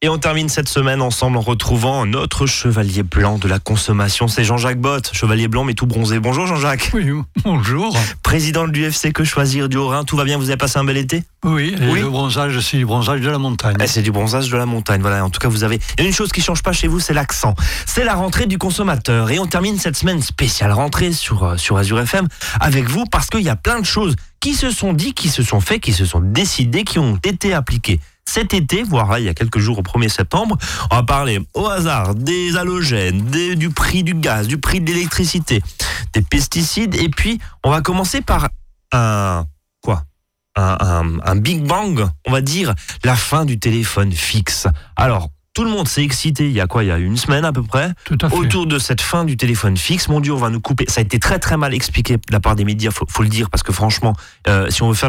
Et on termine cette semaine ensemble en retrouvant notre chevalier blanc de la consommation. C'est Jean-Jacques Botte, chevalier blanc mais tout bronzé. Bonjour Jean-Jacques. Oui, bonjour. Président de l'UFC Que Choisir du Haut-Rhin, tout va bien, vous avez passé un bel été ? Oui, le bronzage, c'est du bronzage de la montagne. C'est du bronzage de la montagne, voilà. En tout cas, vous avez... Il y a une chose qui ne change pas chez vous, c'est l'accent. C'est la rentrée du consommateur. Et on termine cette semaine spéciale rentrée sur Azure FM avec vous parce qu'il y a plein de choses qui se sont dit, qui se sont fait, qui se sont décidées, qui ont été appliquées cet été, voire là, il y a quelques jours au 1er septembre. On va parler au hasard des halogènes, du prix du gaz, du prix de l'électricité, des pesticides. Et puis, on va commencer par un Big Bang, on va dire, la fin du téléphone fixe. Alors, tout le monde s'est excité, il y a une semaine à peu près, autour de cette fin du téléphone fixe. Mon Dieu, on va nous couper. Ça a été très très mal expliqué de la part des médias, faut le dire, parce que franchement, si on veut faire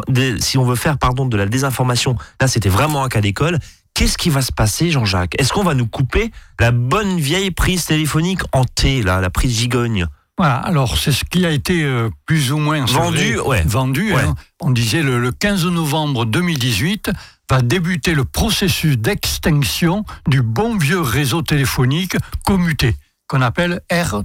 de la désinformation, là c'était vraiment un cas d'école. Qu'est-ce qui va se passer, Jean-Jacques ? Est-ce qu'on va nous couper la bonne vieille prise téléphonique en T, là, la prise gigogne ? Voilà, alors c'est ce qui a été plus ou moins vendu. Hein. On disait le 15 novembre 2018 va débuter le processus d'extinction du bon vieux réseau téléphonique commuté, qu'on appelle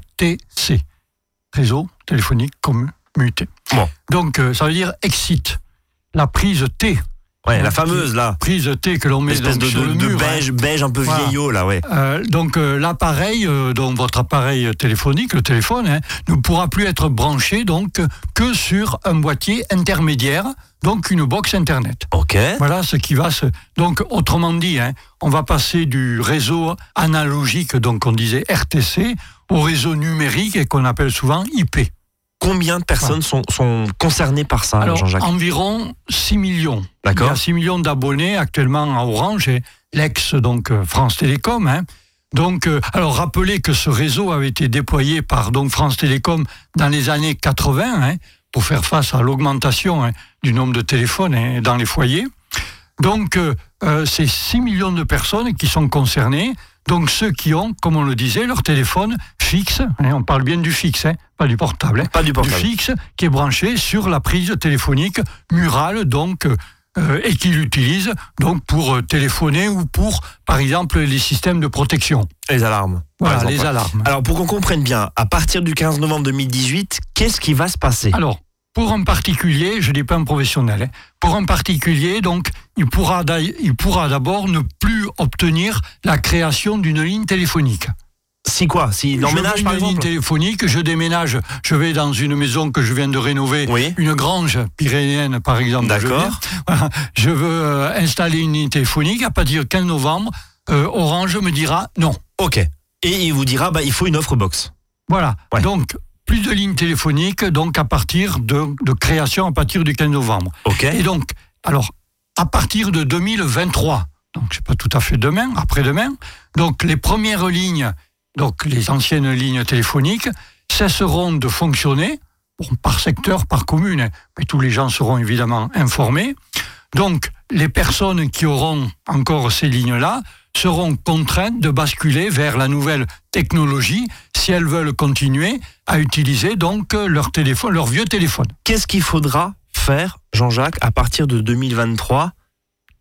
RTC, réseau téléphonique commuté. Bon. Donc ça veut dire exit, la prise T. Ouais, la fameuse là. Prise T que l'on met sur le mur. Beige un peu vieillot là, ouais. Donc l'appareil, donc votre appareil téléphonique, le téléphone, ne pourra plus être branché donc que sur un boîtier intermédiaire, donc une box internet. Ok. Voilà ce qui va se. Donc autrement dit, on va passer du réseau analogique, donc on disait RTC, au réseau numérique et qu'on appelle souvent IP. Combien de personnes sont concernées par ça, alors, Jean-Jacques ? Environ 6 millions. D'accord. Il y a 6 millions d'abonnés actuellement à Orange et l'ex donc France Télécom. Donc, alors rappelez que ce réseau avait été déployé par donc France Télécom dans les années 80 pour faire face à l'augmentation du nombre de téléphones dans les foyers. Donc, c'est 6 millions de personnes qui sont concernées. Donc ceux qui ont, comme on le disait, leur téléphone fixe, on parle bien du fixe, pas du portable, du fixe qui est branché sur la prise téléphonique murale, donc et qui l'utilise donc pour téléphoner ou pour, par exemple, les systèmes de protection. Les alarmes. Voilà, les alarmes. Alors pour qu'on comprenne bien, à partir du 15 novembre 2018, qu'est-ce qui va se passer ? Alors, pour un particulier, je ne dis pas un professionnel, pour un particulier, donc, il pourra d'abord ne plus obtenir la création d'une ligne téléphonique. Si quoi ? Si emménage par exemple ? Une ligne téléphonique, je déménage, je vais dans une maison que je viens de rénover, une grange pyrénéenne par exemple. D'accord. Je veux installer une ligne téléphonique, à partir du 15 novembre, Orange me dira non. Ok. Et il vous dira, il faut une offre box. Voilà. Ouais. Donc, plus de lignes téléphoniques, donc à partir de création à partir du 15 novembre. Okay. Et donc, alors, à partir de 2023, donc c'est pas tout à fait demain, après-demain, donc les premières lignes, donc les anciennes lignes téléphoniques, cesseront de fonctionner, par secteur, par commune, mais tous les gens seront évidemment informés. Donc, les personnes qui auront encore ces lignes-là seront contraintes de basculer vers la nouvelle technologie si elles veulent continuer à utiliser donc leur vieux téléphone. Qu'est-ce qu'il faudra faire, Jean-Jacques, à partir de 2023 concrètement ?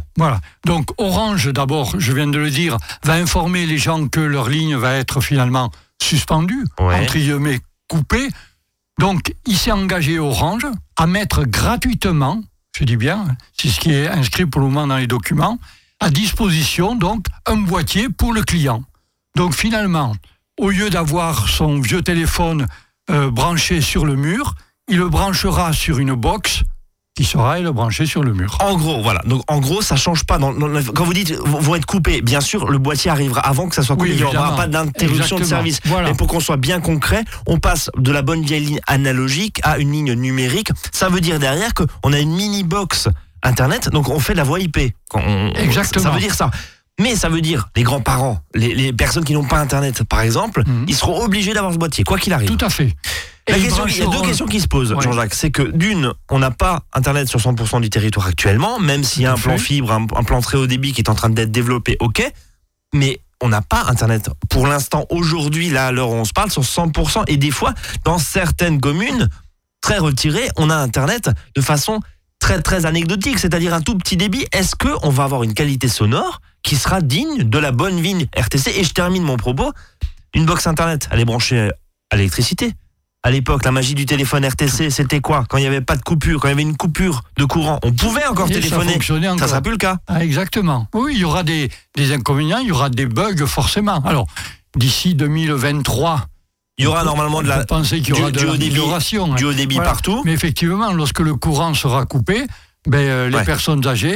Voilà. Donc Orange, d'abord, je viens de le dire, va informer les gens que leur ligne va être finalement suspendue, entre guillemets coupée. Donc il s'est engagé Orange à mettre gratuitement, je dis bien, c'est ce qui est inscrit pour le moment dans les documents, à disposition donc un boîtier pour le client. Donc finalement, au lieu d'avoir son vieux téléphone branché sur le mur, il le branchera sur une box qui sera branché sur le mur. En gros, voilà. Donc en gros, ça change pas. Quand vous dites vont être coupés, bien sûr, le boîtier arrivera avant que ça soit coupé. Il n'y aura pas d'interruption de service. Voilà. Mais pour qu'on soit bien concret, on passe de la bonne vieille ligne analogique à une ligne numérique. Ça veut dire derrière qu'on a une mini box Internet, donc on fait de la voix IP. Exactement. Ça veut dire ça. Mais ça veut dire, les grands-parents, les personnes qui n'ont pas Internet, par exemple, ils seront obligés d'avoir ce boîtier, quoi qu'il arrive. Tout à fait. Il y a deux questions qui se posent, Jean-Jacques. C'est que d'une, on n'a pas Internet sur 100% du territoire actuellement, même s'il y a un plan fibre, un plan très haut débit qui est en train d'être développé, ok, mais on n'a pas Internet pour l'instant, aujourd'hui, là, à l'heure où on se parle, sur 100%. Et des fois, dans certaines communes très retirées, on a Internet de façon très très anecdotique, c'est-à-dire un tout petit débit. Est-ce qu'on va avoir une qualité sonore qui qui sera digne de la bonne ligne RTC. Et je termine mon propos. Une box internet, elle est branchée à l'électricité. À l'époque, la magie du téléphone RTC, c'était quoi? Quand il n'y avait pas de coupure, quand il y avait une coupure de courant, on pouvait encore téléphoner. Ça ne sera plus le cas. Ah, exactement. Oui, il y aura des inconvénients, il y aura des bugs forcément. Alors, d'ici 2023... Il y aura normalement du haut débit voilà. Partout. Mais effectivement, lorsque le courant sera coupé, les personnes âgées,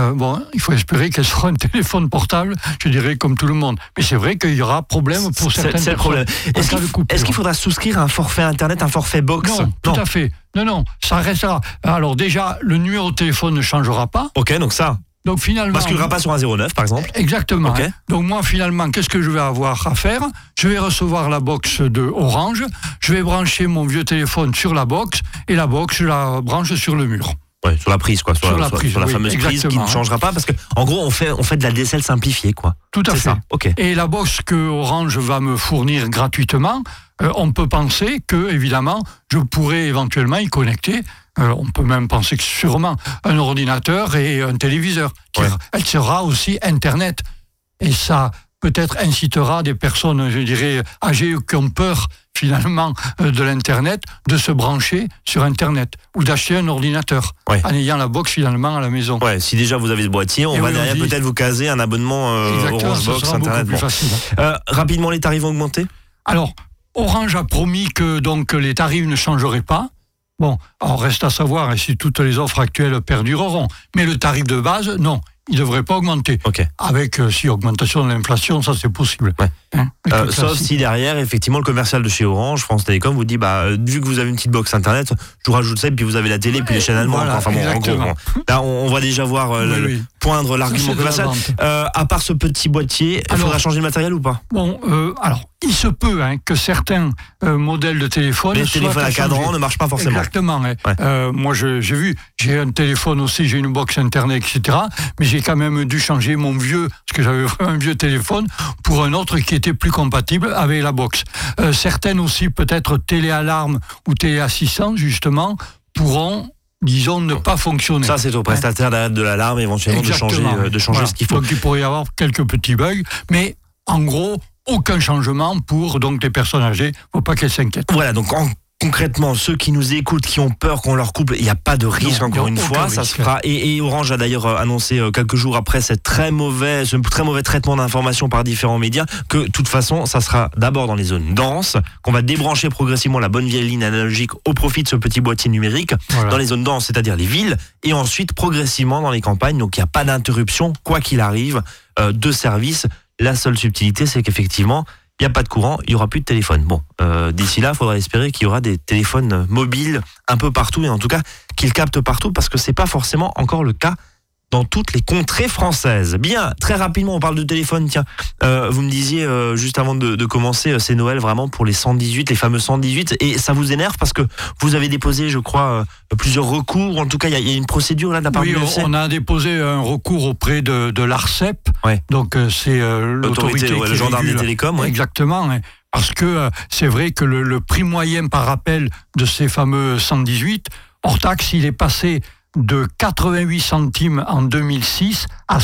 il faut espérer qu'elles seront un téléphone portable, je dirais, comme tout le monde. Mais c'est vrai qu'il y aura problème pour certaines personnes. C'est le problème. Est-ce qu'il faudra souscrire un forfait Internet, un forfait box? Non, tout à fait. Non, ça restera. Alors déjà, le numéro de téléphone ne changera pas. Ok, donc ça... Donc finalement, parce qu'il n'y aura pas sur un 09 par exemple. Exactement. Okay. Donc moi finalement, qu'est-ce que je vais avoir à faire? Je vais recevoir la box de Orange, je vais brancher mon vieux téléphone sur la box et la box je la branche sur le mur. Ouais, sur la prise quoi, sur la fameuse prise qui ne changera pas parce que en gros on fait de la DSL simplifiée quoi. Tout à fait. Ça. Okay. Et la box que Orange va me fournir gratuitement, on peut penser que évidemment je pourrais éventuellement y connecter. On peut même penser que sûrement un ordinateur et un téléviseur. Elle sera aussi Internet. Et ça peut-être incitera des personnes, je dirais, âgées qui ont peur finalement de l'Internet, de se brancher sur Internet ou d'acheter un ordinateur en ayant la box finalement à la maison. Ouais, si déjà vous avez ce boîtier, on va derrière peut-être vous caser un abonnement Orange Box Internet. Plus facile. Rapidement, les tarifs vont augmenter? Alors, Orange a promis que donc les tarifs ne changeraient pas. Bon, alors reste à savoir si toutes les offres actuelles perdureront. Mais le tarif de base, non, il ne devrait pas augmenter. Okay. Avec, augmentation de l'inflation, ça c'est possible. Ouais. Sauf si derrière, effectivement, le commercial de chez Orange, France Télécom, vous dit, vu que vous avez une petite box Internet, je vous rajoute ça, et puis vous avez la télé, puis les chaînes allemandes. Voilà, enfin bon, en gros, là, on va déjà voir poindre l'argument commercial. À part ce petit boîtier, il faudra changer le matériel ou pas? Bon, alors, il se peut que certains modèles de téléphone... Les téléphones à cadran ne marchent pas forcément. Exactement. Moi, j'ai vu, j'ai un téléphone aussi, j'ai une box Internet, etc. Mais j'ai quand même dû changer mon vieux, parce que j'avais un vieux téléphone, pour un autre qui était plus compatible avec la box. Certaines aussi, peut-être téléalarme ou téléassistance, justement, pourront... disons, ne pas fonctionner. Ça, c'est au prestataire de l'alarme, éventuellement, de changer ce qu'il faut. Donc, il pourrait y avoir quelques petits bugs, mais en gros, aucun changement pour donc les personnes âgées. Il ne faut pas qu'elles s'inquiètent. Voilà, donc concrètement, ceux qui nous écoutent, qui ont peur qu'on leur coupe, il n'y a pas de risque, encore une fois. Ça se fera. Et Orange a d'ailleurs annoncé quelques jours après ce très mauvais traitement d'informations par différents médias que, de toute façon, ça sera d'abord dans les zones denses, qu'on va débrancher progressivement la bonne vieille ligne analogique au profit de ce petit boîtier numérique, dans les zones denses, c'est-à-dire les villes, et ensuite progressivement dans les campagnes. Donc il n'y a pas d'interruption, quoi qu'il arrive, de service. La seule subtilité, c'est qu'effectivement, il n'y a pas de courant, il n'y aura plus de téléphone. Bon, d'ici là, il faudra espérer qu'il y aura des téléphones mobiles un peu partout, et en tout cas, qu'ils captent partout, parce que ce n'est pas forcément encore le cas dans toutes les contrées françaises. Bien, très rapidement, on parle de téléphone. Tiens, vous me disiez juste avant de commencer, c'est Noël vraiment pour les 118, les fameux 118, et ça vous énerve parce que vous avez déposé, je crois, plusieurs recours. En tout cas, il y a une procédure là de la part du UFC. On a déposé un recours auprès de l'ARCEP. Donc c'est l'autorité, le gendarme des télécoms. Ouais. Exactement. Parce que c'est vrai que le prix moyen par appel de ces fameux 118 hors taxe, il est passé de 88 centimes en 2006 à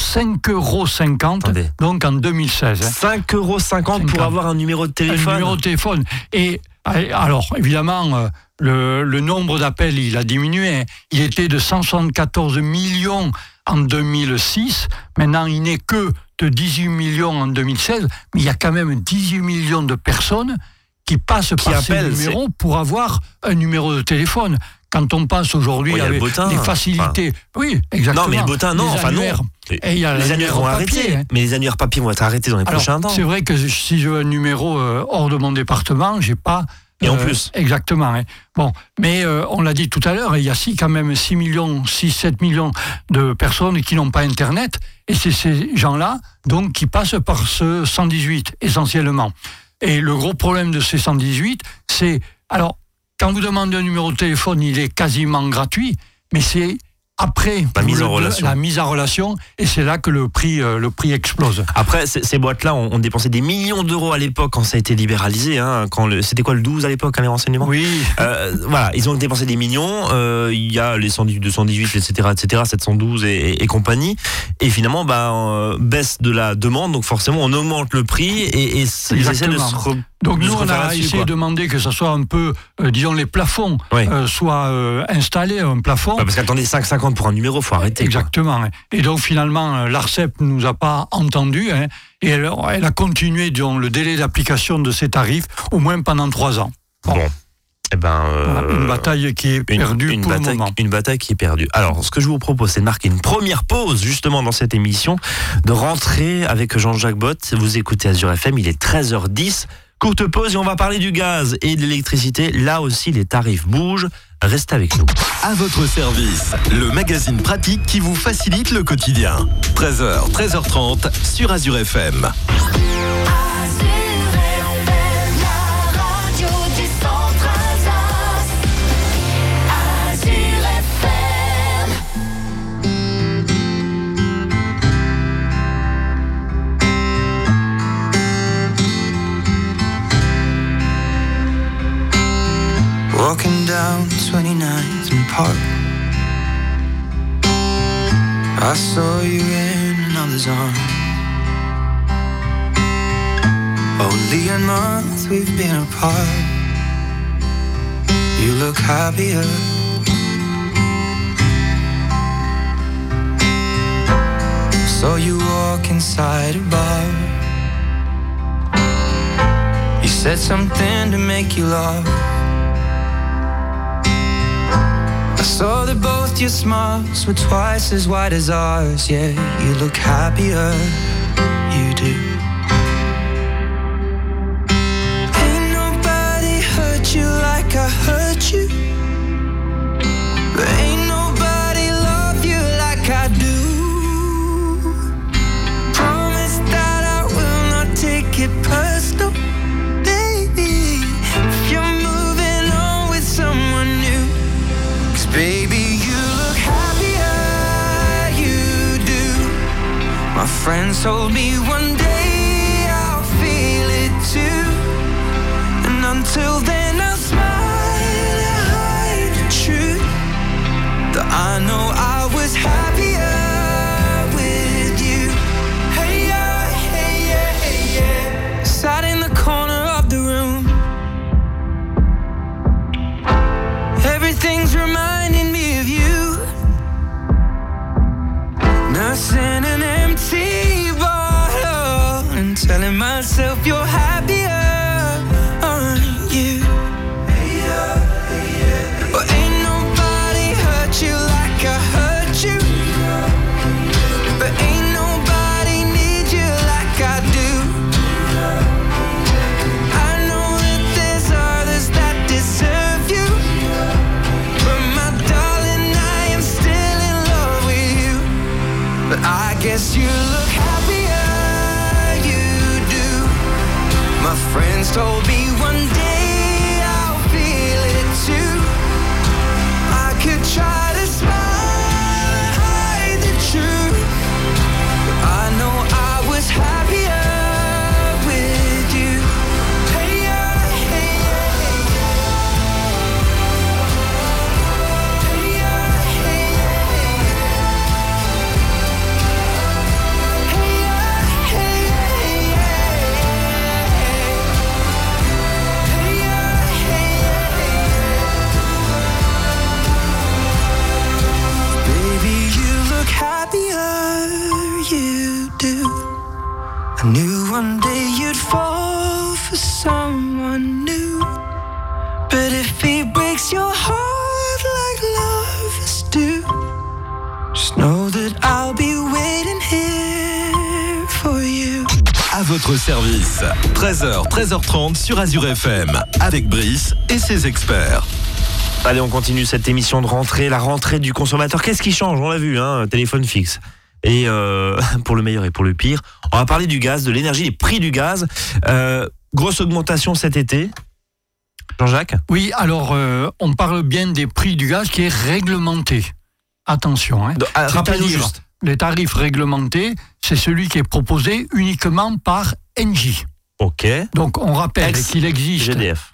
5,50 € donc en 2016. 5,50 € pour avoir un numéro de téléphone. Un numéro de téléphone. Et alors, évidemment, le nombre d'appels, il a diminué. Il était de 174 millions en 2006. Maintenant, il n'est que de 18 millions en 2016. Mais il y a quand même 18 millions de personnes qui passent par ces numéros pour avoir un numéro de téléphone. Quand on pense aujourd'hui avec les facilités... Oui, exactement. Non, mais le bottin, non. Les annuaires vont arrêter. Mais les annuaires papier vont être arrêtés dans les prochains temps. C'est vrai que si je veux un numéro hors de mon département, j'ai pas... Et en plus. Exactement. Bon, mais on l'a dit tout à l'heure, il y a quand même 7 millions de personnes qui n'ont pas Internet. Et c'est ces gens-là, donc, qui passent par ce 118, essentiellement. Et le gros problème de ces 118, c'est... Alors, quand vous demandez un numéro de téléphone, il est quasiment gratuit, mais c'est après la mise en relation, et c'est là que le prix explose. Après, ces boîtes-là ont dépensé des millions d'euros à l'époque quand ça a été libéralisé. Hein, c'était quoi le 12 à l'époque, hein, les renseignements ? Oui. Voilà, ils ont dépensé des millions. Il y a les 118, 218, etc., 712 et compagnie. Et finalement, baisse de la demande, donc forcément, on augmente le prix et ils essaient de se Donc nous, on a essayé de demander que ce soit un peu, disons, les plafonds soient installés, un plafond. Parce qu'attendez, 5,50 pour un numéro, faut arrêter. Exactement. Quoi. Et donc finalement, l'ARCEP ne nous a pas entendus, hein, et elle a continué, disons, le délai d'application de ces tarifs au moins pendant 3 ans. Bon. Une bataille qui est perdue pour le moment. Une bataille qui est perdue. Alors, ce que je vous propose, c'est de marquer une première pause, justement, dans cette émission, de rentrer avec Jean-Jacques Bott. Vous écoutez Azure FM, il est 13h10. Courte pause et on va parler du gaz et de l'électricité. Là aussi, les tarifs bougent. Restez avec nous. À votre service, le magazine pratique qui vous facilite le quotidien. 13h, 13h30 sur Azure FM. Walking down 29th and Park, I saw you in another's arms. Only a month we've been apart. You look happier. Saw you walk inside a bar. You said something to make you laugh. I saw that both your smiles were twice as wide as ours. Yeah, you look happier, you do. Ain't nobody hurt you like I hurt you, but ain't nobody love you like I do. Promise that I will not take it personal, baby, if you're moving on with someone new. Baby, you look happier, you do. My friends told me one day I'll feel it too. And until then I'll smile and hide the truth, that I know I was happier with you. Hey yeah, hey yeah, hey yeah. Sat in the corner of the room. Everything's reminding me of you. Nursing an empty bottle and telling myself you're happier, aren't you? Well, ain't nobody hurt you like I hurt you, but ain't nobody need you like I do. I know that there's others that deserve you, but I guess you look happier, you do. My friends told me one day I'll feel it too. I could try to smile and hide the truth, but I know I was happier with you. Hey yeah, hey yeah, hey yeah. Hey yeah, hey yeah, hey I knew one day you'd fall for someone new, but if he breaks your heart like lovers do, just know that I'll be waiting here for you. À votre service, 13h, 13h30 sur Azure FM, avec Brice et ses experts. Allez, on continue cette émission de rentrée, la rentrée du consommateur. Qu'est-ce qui change ? On l'a vu, hein, téléphone fixe. Et pour le meilleur et pour le pire, on va parler du gaz, de l'énergie, des prix du gaz. Grosse augmentation cet été. Jean-Jacques ? Oui, alors on parle bien des prix du gaz qui est réglementé. Attention, Rappelez-nous c'est-à-dire, juste. les tarifs réglementés, c'est celui qui est proposé uniquement par Engie. Ok. Donc on rappelle qu'il existe GDF.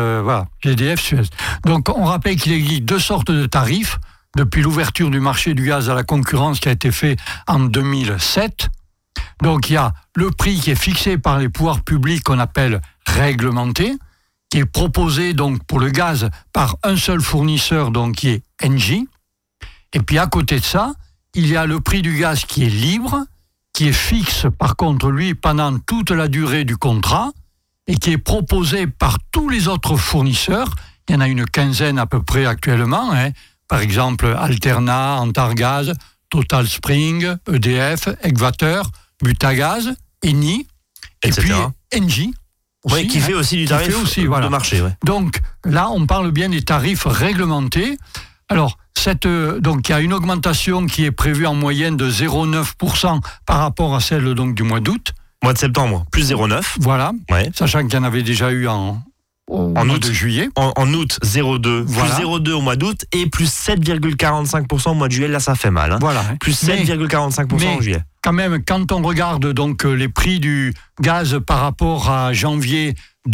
GDF Suez. Donc on rappelle qu'il existe deux sortes de tarifs depuis l'ouverture du marché du gaz à la concurrence qui a été fait en 2007. Donc il y a le prix qui est fixé par les pouvoirs publics qu'on appelle réglementé, qui est proposé donc pour le gaz par un seul fournisseur, donc qui est Engie. Et puis à côté de ça, il y a le prix du gaz qui est libre, qui est fixe par contre lui pendant toute la durée du contrat et qui est proposé par tous les autres fournisseurs. Il y en a une quinzaine à peu près actuellement, par exemple Alterna, Antargaz, Total Spring, EDF, Equateur, Butagaz, Eni, et etc. puis Engie. Aussi, Qui fait aussi du tarif de marché. Ouais. Donc là, on parle bien des tarifs réglementés. Alors, donc il y a une augmentation qui est prévue en moyenne de 0,9% par rapport à celle donc, du mois d'août. Mois de septembre, plus 0,9. Voilà, Ouais. sachant qu'il y en avait déjà eu en mois de juillet. En août, 0,2. Voilà. Plus 0,2 au mois d'août et plus 7,45% au mois de juillet. Là, ça fait mal. Voilà. Plus 7,45% en juillet. Quand même, quand on regarde donc les prix du gaz par rapport à janvier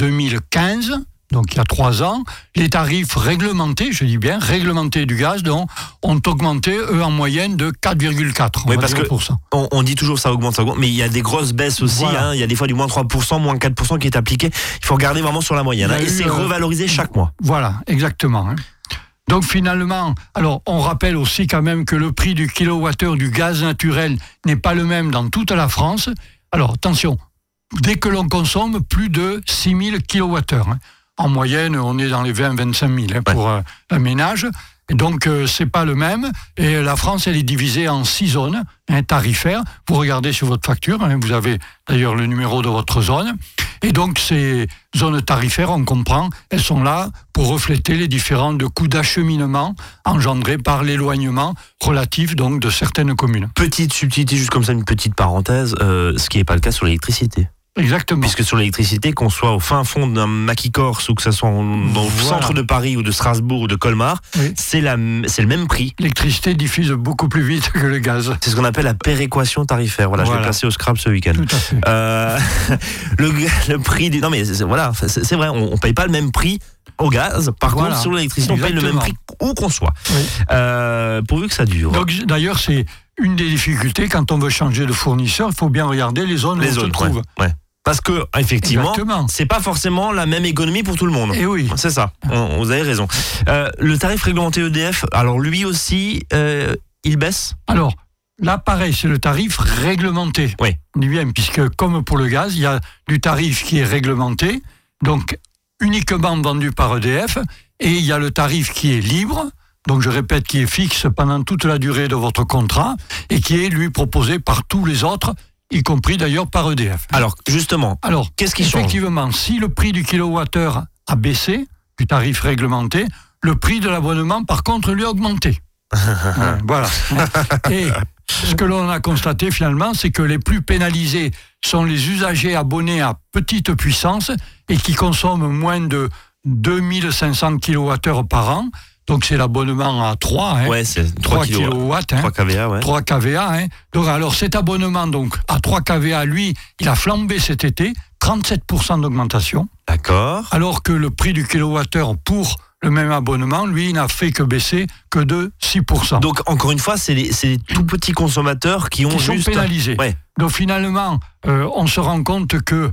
2015, donc il y a 3 ans, les tarifs réglementés, je dis bien réglementés du gaz, donc, ont augmenté, eux, en moyenne de 4,4%. Oui, parce on dit toujours ça augmente, mais il y a des grosses baisses aussi. Voilà. Il y a des fois du moins 3%, moins 4% qui est appliqué. Il faut regarder vraiment sur la moyenne. Et c'est revalorisé chaque mois. Voilà, exactement. Donc finalement, alors on rappelle aussi quand même que le prix du kilowattheure du gaz naturel n'est pas le même dans toute la France. Alors attention, dès que l'on consomme plus de 6000 kilowattheures, en moyenne on est dans les 20-25 000 pour un ménage. Et donc c'est pas le même. Et la France, elle est divisée en 6 zones tarifaires. Vous regardez sur votre facture, vous avez d'ailleurs le numéro de votre zone. Et donc ces zones tarifaires, on comprend, elles sont là pour refléter les différents coûts d'acheminement engendrés par l'éloignement relatif donc de certaines communes. Petite subtilité, juste comme ça, une petite parenthèse, ce qui n'est pas le cas sur l'électricité. Exactement. Puisque sur l'électricité, qu'on soit au fin fond d'un maquis corse ou que ce soit dans le centre de Paris ou de Strasbourg ou de Colmar, c'est le même prix. L'électricité diffuse beaucoup plus vite que le gaz. C'est ce qu'on appelle la péréquation tarifaire. Voilà. Je l'ai placé au Scrap ce week-end. Tout à fait. Le prix du... Non mais c'est vrai, on ne paye pas le même prix au gaz. Par contre, sur l'électricité, on paye le même prix où qu'on soit. Pourvu que ça dure. Donc, d'ailleurs, c'est une des difficultés quand on veut changer de fournisseur. Il faut bien regarder les zones où on se trouve. Ouais. Parce que, effectivement, c'est pas forcément la même économie pour tout le monde. Et oui. C'est ça, vous avez raison. Le tarif réglementé EDF, alors lui aussi, il baisse ? Alors, là, pareil, c'est le tarif réglementé. Oui. On dit bien, puisque comme pour le gaz, il y a du tarif qui est réglementé, donc uniquement vendu par EDF, et il y a le tarif qui est libre, donc je répète, qui est fixe pendant toute la durée de votre contrat, et qui est, lui, proposé par tous les autres, y compris d'ailleurs par EDF. Alors, justement, qu'est-ce qui change ? Effectivement, si le prix du kilowattheure a baissé, du tarif réglementé, le prix de l'abonnement, par contre, lui a augmenté. Voilà. Et ce que l'on a constaté finalement, c'est que les plus pénalisés sont les usagers abonnés à petite puissance et qui consomment moins de 2500 kWh par an. Donc c'est l'abonnement à 3, c'est 3 kW, 3 kVA, 3 kVA. Donc alors cet abonnement donc à 3 kVA, lui, il a flambé cet été, 37% d'augmentation. D'accord. Alors que le prix du kilowattheure pour le même abonnement, lui, il n'a fait que baisser que de 6%. Donc encore une fois, c'est les tout petits consommateurs qui sont pénalisés. Ouais. Donc finalement, on se rend compte que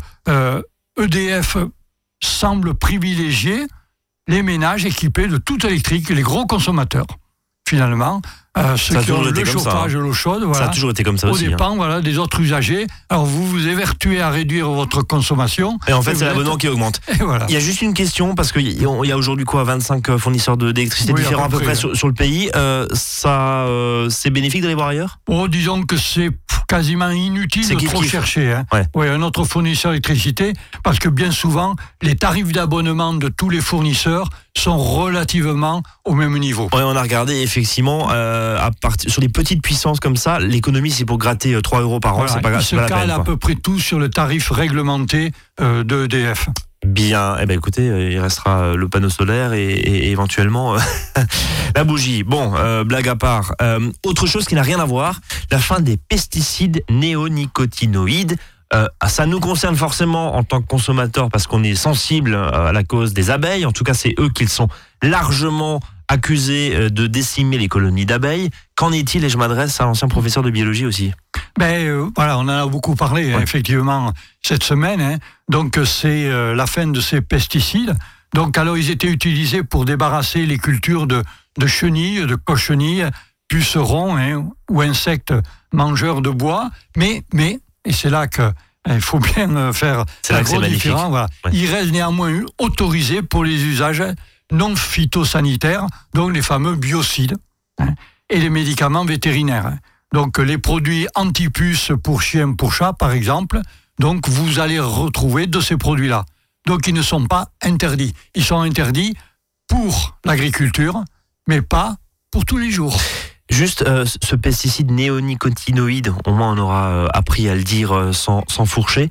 EDF semble privilégier les ménages équipés de tout électrique, les gros consommateurs, finalement. Ceux qui ont le chauffage, l'eau chaude, voilà. Ça a toujours été comme ça aussi. Au dépend des autres usagers. Alors vous vous évertuez à réduire votre consommation. Et en fait, c'est l'abonnement qui augmente. Et voilà. Il y a juste une question, parce qu'il y a aujourd'hui 25 fournisseurs d'électricité différents à peu près sur le pays. C'est bénéfique d'aller voir ailleurs ? Disons que c'est quasiment inutile de trop chercher. Un autre fournisseur d'électricité, parce que bien souvent, les tarifs d'abonnement de tous les fournisseurs sont relativement au même niveau. Ouais, on a regardé effectivement sur les petites puissances comme ça, l'économie c'est pour gratter 3 € par an, c'est pas grave. Ils se calent à peu près tout sur le tarif réglementé de EDF. Bien, eh ben écoutez, il restera le panneau solaire et éventuellement la bougie. Bon, blague à part. Autre chose qui n'a rien à voir, la fin des pesticides néonicotinoïdes. Ça nous concerne forcément en tant que consommateurs parce qu'on est sensible à la cause des abeilles. En tout cas, c'est eux qui sont largement accusés de décimer les colonies d'abeilles. Qu'en est-il? Et je m'adresse à l'ancien professeur de biologie aussi. Voilà, on en a beaucoup parlé effectivement cette semaine. Donc c'est la fin de ces pesticides. Donc alors ils étaient utilisés pour débarrasser les cultures de chenilles, de cochenilles, pucerons ou insectes mangeurs de bois. Mais et c'est là que il faut bien faire un gros différent. Voilà. Ouais. Il reste néanmoins autorisé pour les usages non phytosanitaires, donc les fameux biocides et les médicaments vétérinaires. Donc les produits anti-puces pour chiens, pour chats, par exemple, donc vous allez retrouver de ces produits-là. Donc ils ne sont pas interdits. Ils sont interdits pour l'agriculture, mais pas pour tous les jours. Juste ce pesticide néonicotinoïde, au moins on aura appris à le dire sans fourcher.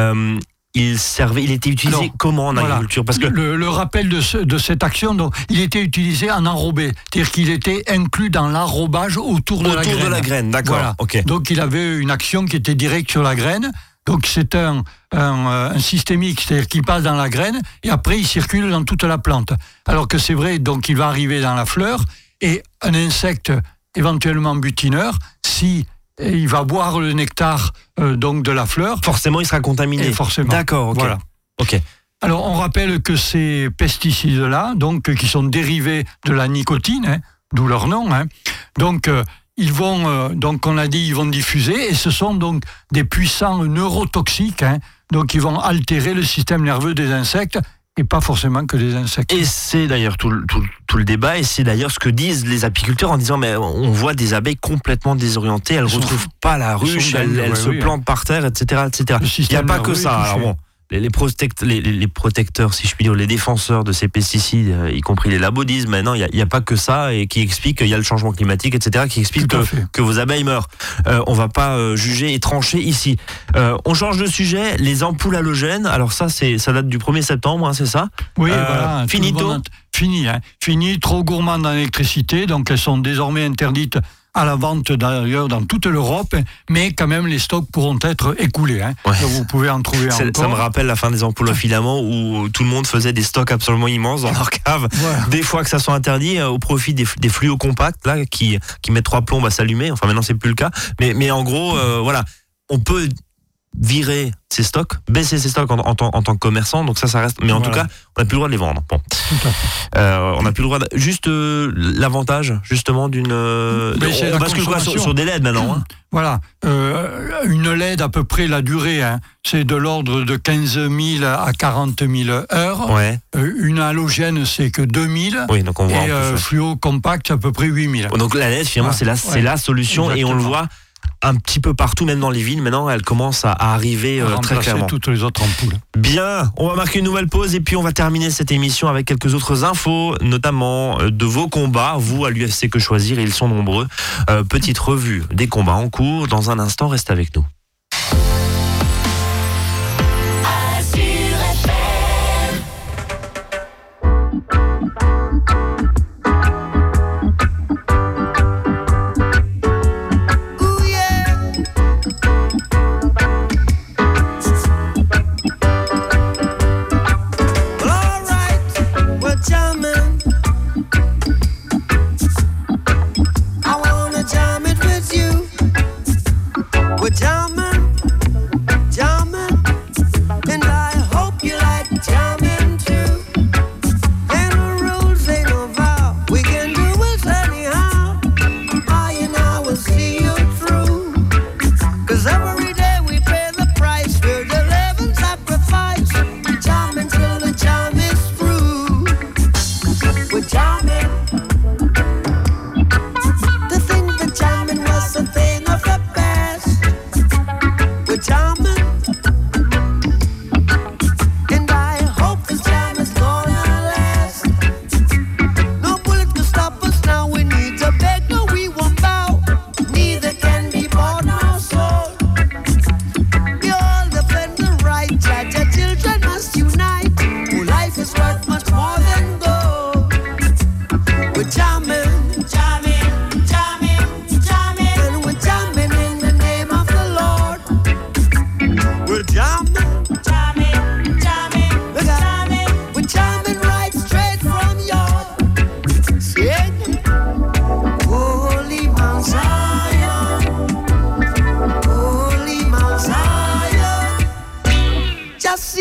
Il était utilisé comment en agriculture? Parce que le rappel de cette action, donc, il était utilisé en enrobé, c'est-à-dire qu'il était inclus dans l'arrobage autour de la graine. Autour de la graine, d'accord. Voilà. Okay. Donc il avait une action qui était directe sur la graine. Donc c'est un systémique, c'est-à-dire qu'il passe dans la graine et après il circule dans toute la plante. Alors que c'est vrai, donc il va arriver dans la fleur et un insecte éventuellement butineur, si il va boire le nectar donc de la fleur. Forcément, il sera contaminé. Forcément. D'accord, ok. Voilà. Ok. Alors, on rappelle que ces pesticides-là, donc, qui sont dérivés de la nicotine, d'où leur nom, donc, ils vont, donc, on l'a dit, ils vont diffuser, et ce sont donc des puissants neurotoxiques, donc, ils vont altérer le système nerveux des insectes, et pas forcément que des insectes. Et c'est d'ailleurs tout le débat, et c'est d'ailleurs ce que disent les apiculteurs en disant mais on voit des abeilles complètement désorientées, elles ne retrouvent pas la ruche, elles se plantent par terre, etc. Il n'y a pas que ça. Alors bon, les protecteurs, si je puis dire, les défenseurs de ces pesticides, y compris les labos, disent maintenant il n'y a pas que ça, et qui explique qu'il y a le changement climatique, etc., qui explique que vos abeilles meurent. On va pas juger et trancher ici. On change de sujet, les ampoules halogènes, alors ça date du 1er septembre, c'est ça? Oui, voilà. Finito. Fini, trop gourmandes en électricité, donc elles sont désormais interdites à la vente d'ailleurs dans toute l'Europe, mais quand même les stocks pourront être écoulés. Donc vous pouvez en trouver encore. Ça me rappelle la fin des ampoules à filament où tout le monde faisait des stocks absolument immenses dans leur cave. Voilà. Des fois que ça soit interdit au profit des fluos compacts là, qui mettent 3 plombes à s'allumer. Enfin maintenant c'est plus le cas. Mais en gros, voilà, on peut virer ses stocks, baisser ses stocks en tant que commerçant, donc ça reste, mais en tout cas on n'a plus le droit de les vendre. Bon. On n'a plus le droit juste l'avantage justement d'une on bascule quoi sur des LED maintenant Voilà, une LED à peu près la durée, c'est de l'ordre de 15 000 à 40 000 heures. Une halogène c'est que 2000. Oui, donc on voit et fluo compact c'est à peu près 8000. Donc la LED finalement c'est la solution. Exactement. Et on le voit un petit peu partout, même dans les villes. Maintenant, elle commence à arriver très clairement. Toutes les autres ampoules. Bien, on va marquer une nouvelle pause et puis on va terminer cette émission avec quelques autres infos, notamment de vos combats. Vous, à l'UFC Que Choisir, et ils sont nombreux. Petite revue des combats en cours. Dans un instant, reste avec nous. Jam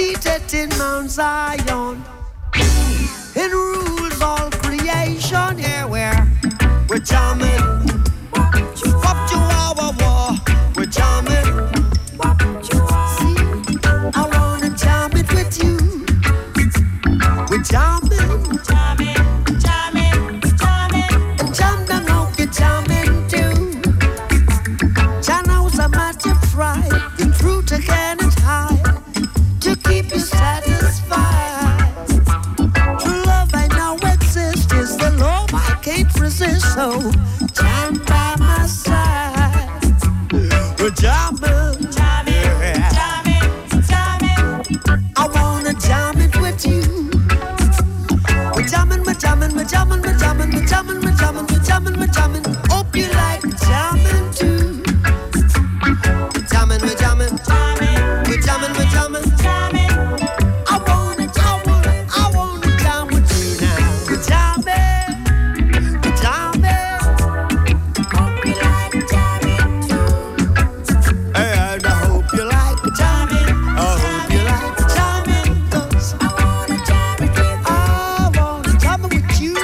seated in Mount Zion, and rules all creation. Yeah, we're jamming. Up to our war, we're jamming. See, I wanna jam it with you. We're jamming, jamming, jamming, jamming, and jam them how you're jamming too. Channels are matter pride, the truth again and high, to keep you satisfied. True love I know exists, is the love I can't resist. So jam by my side. We're jamming, jamming, jamming, jamming. I wanna jam it with you. We're jamming, we're jamming, we're jamming, we're jamming, we're jamming, we're jamming, we're jamming, we're jamming. Hope you like jamming too. We're jamming, we're jamming, jamming, we're jamming, we're jamming, jamming. I wanna jam with you now. We're jamming, we're jamming. Hope you like jamming too. And I hope you like jamming. I hope you like jamming. 'Cause I wanna jam with you. I wanna jam with you.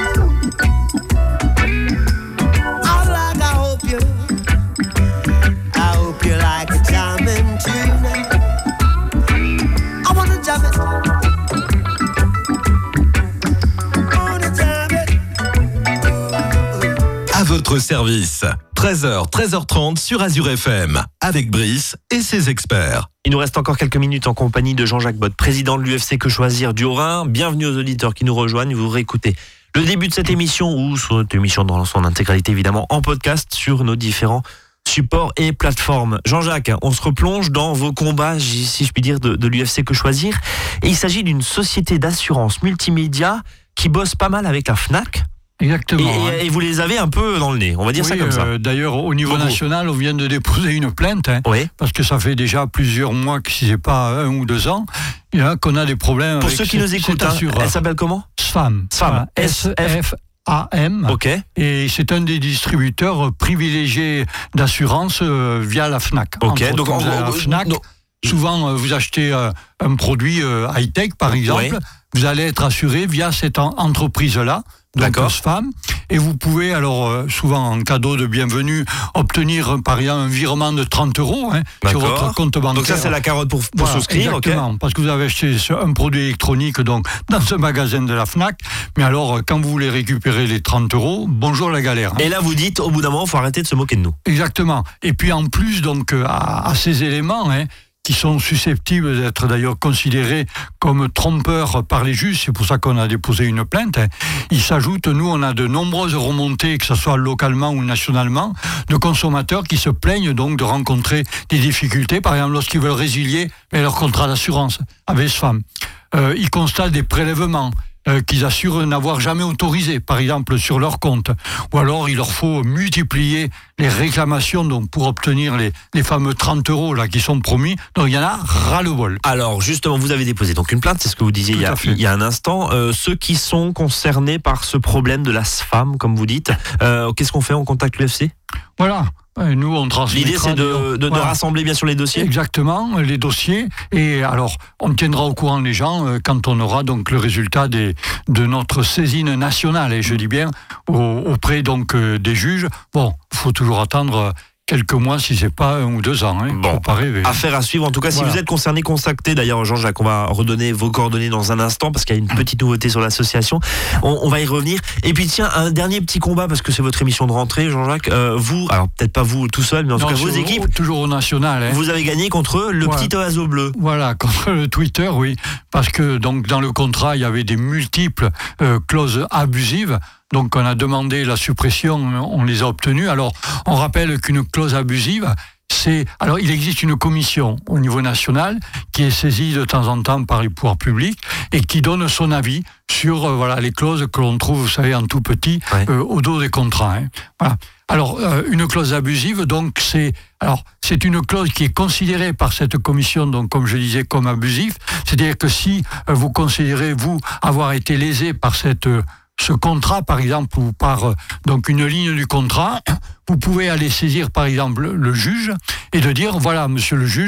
I hope you like jamming too. I wanna jam it. I wanna jam it. À votre service. 13h, 13h30 sur Azure FM. Avec Brice et ses experts. Il nous reste encore quelques minutes en compagnie de Jean-Jacques Bott, président de l'UFC Que Choisir du Haut-Rhin. Bienvenue aux auditeurs qui nous rejoignent. Vous réécoutez le début de cette émission ou cette émission dans son intégralité évidemment en podcast sur nos différents supports et plateformes. Jean-Jacques, on se replonge dans vos combats, si je puis dire, de l'UFC Que Choisir. Et il s'agit d'une société d'assurance multimédia qui bosse pas mal avec la FNAC. Exactement. Et vous les avez un peu dans le nez, on va dire ça comme ça. D'ailleurs, au niveau national, on vient de déposer une plainte, Oui. parce que ça fait déjà plusieurs mois, si c'est pas 1 ou 2 ans, qu'on a des problèmes Pour avec ceux qui nous écoutent, elle s'appelle comment ? SFAM. SFAM. SFAM. Ok. Et c'est un des distributeurs privilégiés d'assurance via la FNAC. Ok, donc la FNAC, souvent vous achetez un produit high-tech, par exemple, Oui. vous allez être assuré via cette entreprise-là. Donc D'accord. SFAM, et vous pouvez alors souvent en cadeau de bienvenue obtenir par exemple un virement de 30 € sur votre compte bancaire. Donc ça c'est la carotte pour souscrire. Exactement, parce que vous avez acheté un produit électronique donc dans ce magasin de la FNAC, mais alors quand vous voulez récupérer les 30 €, bonjour la galère. Et là vous dites au bout d'un moment il faut arrêter de se moquer de nous. Exactement, et puis en plus donc à ces éléments qui sont susceptibles d'être d'ailleurs considérés comme trompeurs par les juges, c'est pour ça qu'on a déposé une plainte. Il s'ajoute, nous on a de nombreuses remontées, que ce soit localement ou nationalement, de consommateurs qui se plaignent donc de rencontrer des difficultés, par exemple lorsqu'ils veulent résilier leur contrat d'assurance avec SFAM. Ils constatent des prélèvements qu'ils assurent n'avoir jamais autorisé, par exemple sur leur compte, ou alors il leur faut multiplier les réclamations donc pour obtenir les fameux 30 € là qui sont promis. Donc il y en a ras-le-bol. Alors justement, vous avez déposé donc une plainte, c'est ce que vous disiez il y a un instant. Ceux qui sont concernés par ce problème de la SFAM, comme vous dites, qu'est-ce qu'on fait ? On contacte l'UFC ? Voilà. Nous, on transmettra. L'idée, c'est de rassembler bien sûr les dossiers. Exactement, les dossiers. Et alors, on tiendra au courant les gens quand on aura donc le résultat de notre saisine nationale. Et je dis bien auprès donc des juges. Bon, il faut toujours attendre quelques mois, si c'est pas 1 ou 2 ans. Bon, faut pas rêver. Affaire à suivre. En tout cas, si vous êtes concerné, contactez. D'ailleurs, Jean-Jacques, on va redonner vos coordonnées dans un instant parce qu'il y a une petite nouveauté sur l'association. On va y revenir. Et puis tiens, un dernier petit combat parce que c'est votre émission de rentrée, Jean-Jacques. Vous, alors peut-être pas vous tout seul, mais en tout cas vos équipes. Toujours au national. Vous avez gagné contre le petit oiseau bleu. Voilà, contre le Twitter, oui. Parce que donc dans le contrat, il y avait des multiples clauses abusives. Donc on a demandé la suppression, on les a obtenues. Alors on rappelle qu'une clause abusive, alors il existe une commission au niveau national qui est saisie de temps en temps par les pouvoirs publics et qui donne son avis sur les clauses que l'on trouve, vous savez, en tout petit au dos des contrats. Voilà. Alors une clause abusive, donc c'est une clause qui est considérée par cette commission, donc comme je disais, comme abusive. C'est-à-dire que si vous considérez vous avoir été lésé par ce contrat, par exemple, ou par donc une ligne du contrat, vous pouvez aller saisir, par exemple, le juge et de dire, voilà, monsieur le juge,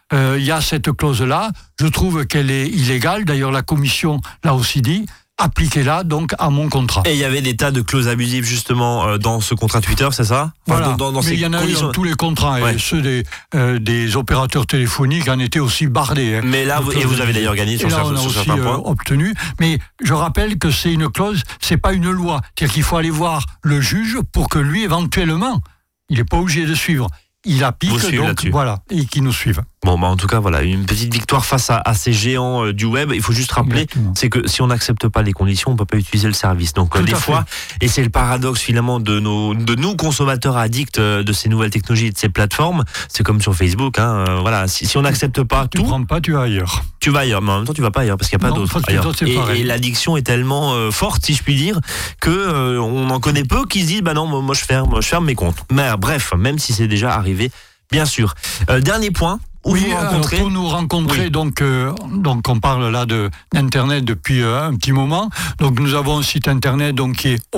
il y a cette clause-là. Je trouve qu'elle est illégale. D'ailleurs, la commission l'a aussi dit. Appliquez-la donc à mon contrat. Et il y avait des tas de clauses abusives justement dans ce contrat Twitter, c'est ça? Enfin, voilà. dans mais ces il y en a eu conditions... dans tous les contrats, Ouais. et ceux des opérateurs téléphoniques en étaient aussi bardés. Hein. Mais là, vous avez d'ailleurs gagné sur, là, on a sur aussi certains points. obtenu. Mais je rappelle que c'est une clause, c'est pas une loi. C'est-à-dire qu'il faut aller voir le juge pour que lui, éventuellement, il n'est pas obligé de suivre. Il applique, donc voilà, et qu'il nous suive. Bon, en tout cas, voilà, une petite victoire face à ces géants du web. Il faut juste rappeler, Exactement. c'est que si on n'accepte pas les conditions, on peut pas utiliser le service. Donc, des fois, et c'est le paradoxe finalement de nous consommateurs addicts de ces nouvelles technologies et de ces plateformes. C'est comme sur Facebook, hein, voilà. Si on n'accepte pas Tu tout, prends pas, tu vas ailleurs. tu vas ailleurs, mais en même temps, tu vas pas ailleurs parce qu'il n'y a pas Non, d'autres parce que ailleurs. d'autres, c'est pareil. Et l'addiction est tellement forte, si je puis dire, que on en connaît peu qui se disent, bah non, moi je ferme mes comptes. Mais bref, même si c'est déjà arrivé. Bien sûr. Dernier point, où vous rencontrez. Pour nous rencontrer, Oui. donc on parle là d'Internet depuis un petit moment. Donc nous avons un site Internet donc, qui est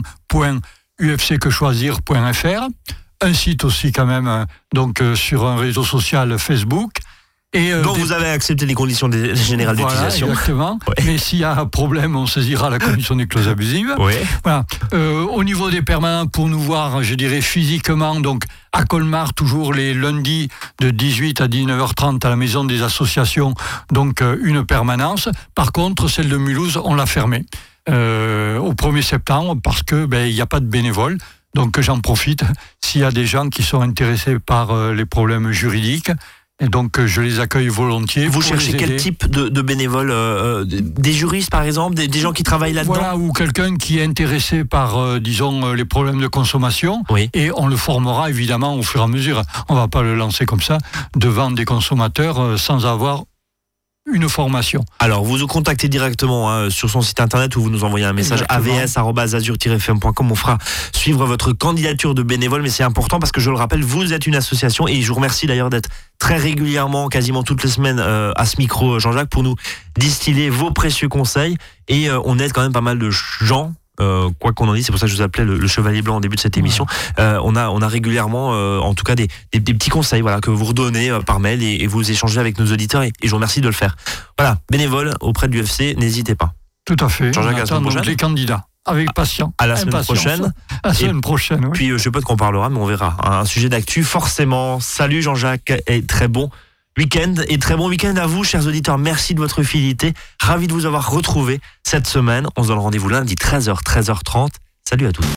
orin.ufcquechoisir.fr, un site aussi quand même sur un réseau social Facebook. Et, dont vous avez accepté les conditions générales d'utilisation. Exactement. Ouais. Mais s'il y a un problème, on saisira la commission des clauses abusives. Oui. Voilà. Au niveau des permanents, pour nous voir, je dirais physiquement, donc à Colmar, toujours les lundis de 18 à 19h30 à la maison des associations, donc une permanence. Par contre, celle de Mulhouse, on l'a fermée au 1er septembre parce que il n'y a pas de bénévoles. Donc j'en profite s'il y a des gens qui sont intéressés par les problèmes juridiques. Et donc, je les accueille volontiers. Vous cherchez quel type de bénévoles des juristes, par exemple, des gens qui travaillent là-dedans? Voilà, ou quelqu'un qui est intéressé par, les problèmes de consommation. Oui. Et on le formera, évidemment, au fur et à mesure. On ne va pas le lancer comme ça, devant des consommateurs, sans avoir une formation. Alors, vous nous contactez directement sur son site internet ou vous nous envoyez un message avs@azur-fm.com. On fera suivre votre candidature de bénévole, mais c'est important parce que je le rappelle, vous êtes une association et je vous remercie d'ailleurs d'être très régulièrement, quasiment toutes les semaines à ce micro, Jean-Jacques, pour nous distiller vos précieux conseils et on aide quand même pas mal de gens. Quoi qu'on en dise, c'est pour ça que je vous appelais le chevalier blanc en début de cette émission. On a régulièrement, en tout cas, des petits conseils, voilà, que vous redonnez par mail et vous échangez avec nos auditeurs et je vous remercie de le faire. Voilà, bénévole auprès de l'UFC, n'hésitez pas. Tout à fait. Jean-Jacques, On à la semaine attend donc prochaine. les candidats. Avec patience. À la semaine impatience. prochaine. À la semaine prochaine, oui. Puis je sais pas de quoi on parlera, mais on verra. Un sujet d'actu, forcément. Salut Jean-Jacques et très bon week-end. Et très bon week-end à vous, chers auditeurs. Merci de votre fidélité. Ravi de vous avoir retrouvé cette semaine. On se donne rendez-vous lundi 13h, 13h30. Salut à tous.